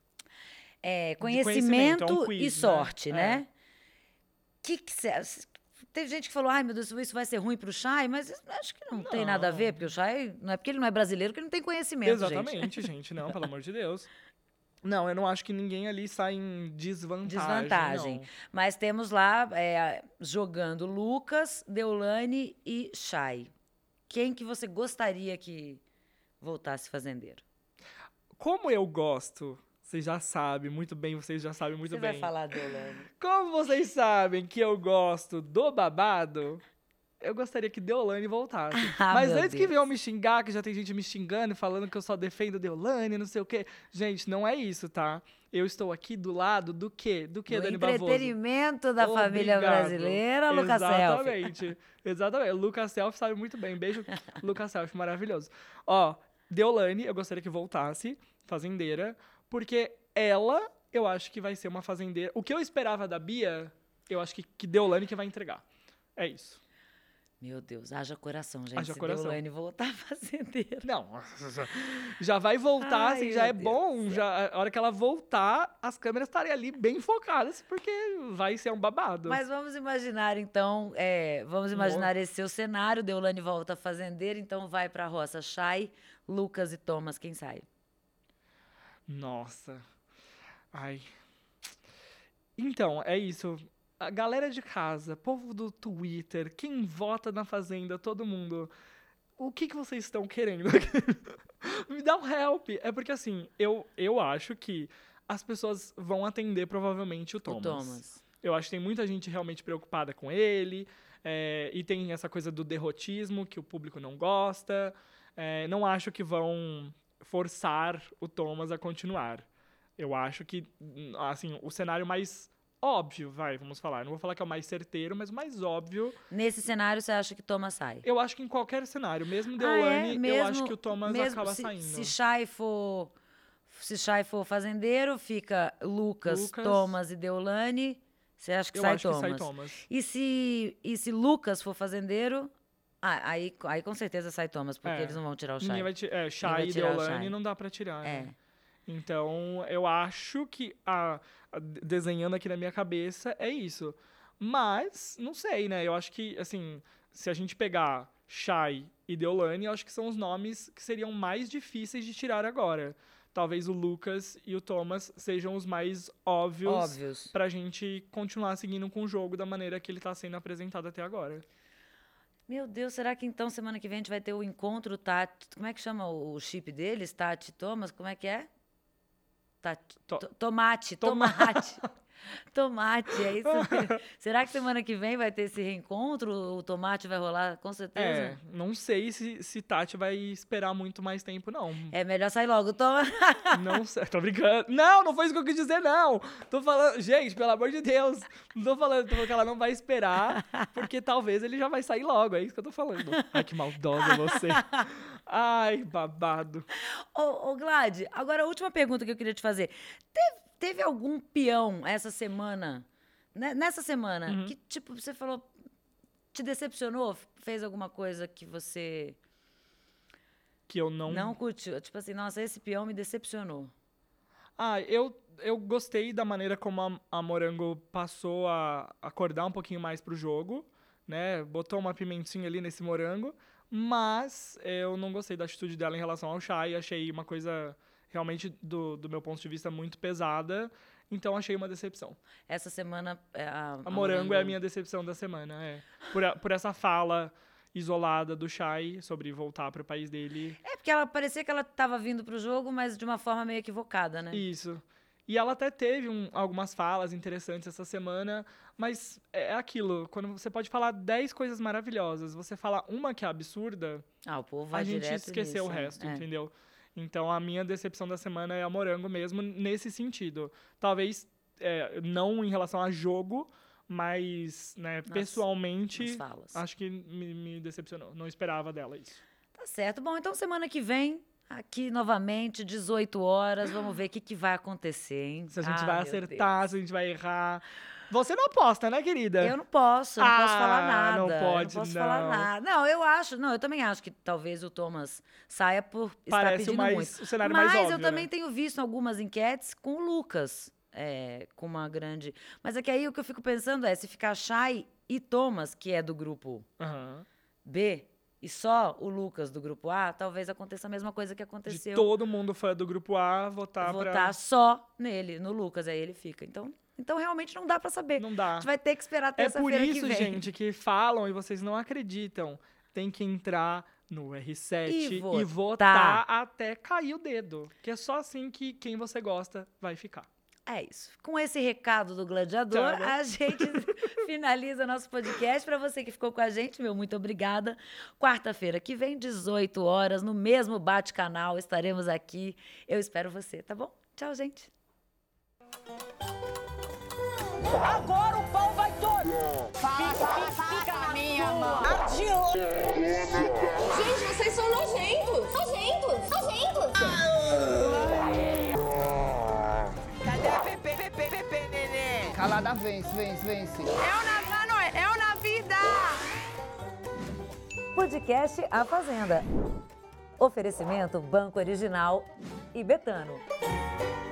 é, conhecimento, conhecimento, é um quiz, e né? sorte, É. né? Que que cê... Teve gente que falou, ai meu Deus, isso vai ser ruim pro Chay, mas eu acho que não, tem nada a ver, Não. porque o Chay, não é porque ele não é brasileiro que ele não tem conhecimento, gente. Exatamente, gente. Não, pelo amor de Deus. Não, eu não acho que ninguém ali sai em desvantagem. Desvantagem. não. Mas temos lá é, jogando Lucas, Deolane e Chay. Quem que você gostaria que voltasse fazendeiro? Como eu gosto, vocês já sabem muito bem, vocês já sabem muito você bem. vai falar Deolane. Como vocês sabem que eu gosto do babado, eu gostaria que Deolane voltasse. Ah, Mas meu antes que Deus. venham me xingar, que já tem gente me xingando e falando que eu só defendo Deolane, não sei o quê. Gente, não é isso, tá? Eu estou aqui do lado do quê? Do quê, Do Dani Bavoso? entretenimento da família Obrigado. brasileira, Lucas Selfie. Exatamente. Exatamente. Lucas Selfie sabe muito bem. Beijo, Lucas Selfie, maravilhoso. Ó, Deolane, eu gostaria que voltasse, fazendeira, porque ela, eu acho que vai ser uma fazendeira. O que eu esperava da Bia, eu acho que, que Deolane que vai entregar. É isso. Meu Deus, haja coração, gente. Haja se coração. Deolane voltar fazendeira. Não, já vai voltar, Ai, assim, já meu é Deus bom. Já, a hora que ela voltar, as câmeras estarem ali bem focadas, porque vai ser um babado. Mas vamos imaginar, então, é, vamos imaginar esse seu cenário. Deolane volta fazendeira, então vai pra roça. Chay, Lucas e Thomas, quem sai? Nossa. Ai. Então, é isso. A galera de casa, povo do Twitter, quem vota na Fazenda, todo mundo. O que, que vocês estão querendo? Me dá um help. É porque, assim, eu, eu acho que as pessoas vão atender provavelmente o Thomas. O Thomas. Eu acho que tem muita gente realmente preocupada com ele. É, e tem essa coisa do derrotismo, que o público não gosta. É, não acho que vão forçar o Thomas a continuar. Eu acho que, assim, o cenário mais óbvio, vai, vamos falar. Não vou falar que é o mais certeiro, mas o mais óbvio. Nesse cenário, você acha que Thomas sai? Eu acho que em qualquer cenário, mesmo Ah, Deolane, é? Mesmo- eu acho que o Thomas mesmo acaba se, saindo. Se Chay for, se Chay for fazendeiro, fica Lucas, Lucas. Thomas e Deolane. Você acha que eu sai acho Thomas? que sai Thomas. E se, e se Lucas for fazendeiro, ah, aí, aí com certeza sai Thomas, porque É. eles não vão tirar o Ninguém Chay. vai ti- é, vai Chay e tirar o Deolane Chay. não dá pra tirar. É. né? Então, eu acho que, a, a- desenhando aqui na minha cabeça, é isso. Mas, não sei, né? Eu acho que, assim, se a gente pegar Chay e Deolane, eu acho que são os nomes que seriam mais difíceis de tirar agora. Talvez o Lucas e o Thomas sejam os mais óbvios, Óbvios. pra gente continuar seguindo com o jogo da maneira que ele tá sendo apresentado até agora. Meu Deus, será que então semana que vem a gente vai ter o encontro Tati? Como é que chama o chip deles? Tati Thomas? Como é que é? Tati, To- to- tomate, Toma- tomate. Tomate, é isso mesmo. Será que semana que vem vai ter esse reencontro? O tomate vai rolar, com É, certeza? não sei se, se Tati vai esperar muito mais tempo, não. É, melhor sair logo. Toma. Não sei, tô brincando. Não, não foi isso que eu quis dizer, não. Tô falando, gente, pelo amor de Deus. Não tô falando, tô falando que ela não vai esperar, porque talvez ele já vai sair logo, é isso que eu tô falando. Ai, que maldosa você. Ai, babado. Ô, ô Glad, agora a última pergunta que eu queria te fazer. Teve, teve algum peão essa semana, né, nessa semana, Uhum. que, tipo, você falou, te decepcionou? Fez alguma coisa que você Que eu não... não curtiu? Tipo assim, nossa, esse peão me decepcionou. Ah, eu, eu gostei da maneira como a, a Morango passou a acordar um pouquinho mais pro jogo, né? Botou uma pimentinha ali nesse morango, mas eu não gostei da atitude dela em relação ao Chay. Achei uma coisa realmente, do, do meu ponto de vista, muito pesada. Então, achei uma decepção. Essa semana... é, A, A Morango é a minha decepção da semana, é. Por, a- por essa fala isolada do Chay sobre voltar pro país dele. É, porque ela parecia que ela tava vindo pro jogo, mas de uma forma meio equivocada, né? Isso. E ela até teve um- algumas falas interessantes essa semana, mas é aquilo, quando você pode falar dez coisas maravilhosas, você fala uma que é absurda, Ah, o povo vai a gente direto esqueceu nisso, o né? resto, É. entendeu? Então a minha decepção da semana é a Morango mesmo, nesse sentido. Talvez é, não em relação a jogo, mas né, Nas- pessoalmente, nas falas. acho que me, me decepcionou. Não esperava dela isso. Tá certo. Bom, então semana que vem, aqui novamente, dezoito horas, vamos ver o que, que vai acontecer, hein? Se a gente Ah, vai meu acertar, se a gente vai errar. Você não aposta, né, querida? Deus. Eu não posso, eu não posso Ah, falar nada. não pode, eu não posso não. falar nada. Não, eu acho, não, eu também acho que talvez o Thomas saia por estar Parece o, pedindo mais, muito. o cenário Mas mais óbvio, eu também né? tenho visto algumas enquetes com o Lucas, é, com uma grande... Mas é que aí o que eu fico pensando é, se ficar Chay e Thomas, que é do grupo Aham. B, e só o Lucas do grupo A, talvez aconteça a mesma coisa que De aconteceu. todo mundo fã do grupo A votar, votar pra... só nele, no Lucas, aí ele fica. Então, então realmente não dá pra saber. Não A dá. gente vai ter que esperar É por terça-feira que isso, vem. gente, que falam e vocês não acreditam. Tem que entrar no R sete E e votar. votar até cair o dedo. Que é só assim que quem você gosta vai ficar. É isso. Com esse recado do gladiador, Tá bom. a gente finaliza nosso podcast. Para você que ficou com a gente, meu muito obrigada. Quarta-feira que vem, dezoito horas, no mesmo Bate-Canal, estaremos aqui. Eu espero você, tá bom? Tchau, gente. Agora o pau vai todo. Fica, fica na minha mão. Adiós. Gente, vocês são nojentos! Nojentos! Nojentos! Cadê a Pepe, Pepe, Pepe, neném? Calada vence, vence, vence. É o na, não, é o na vida. Podcast A Fazenda. Oferecimento Banco Original e Betano.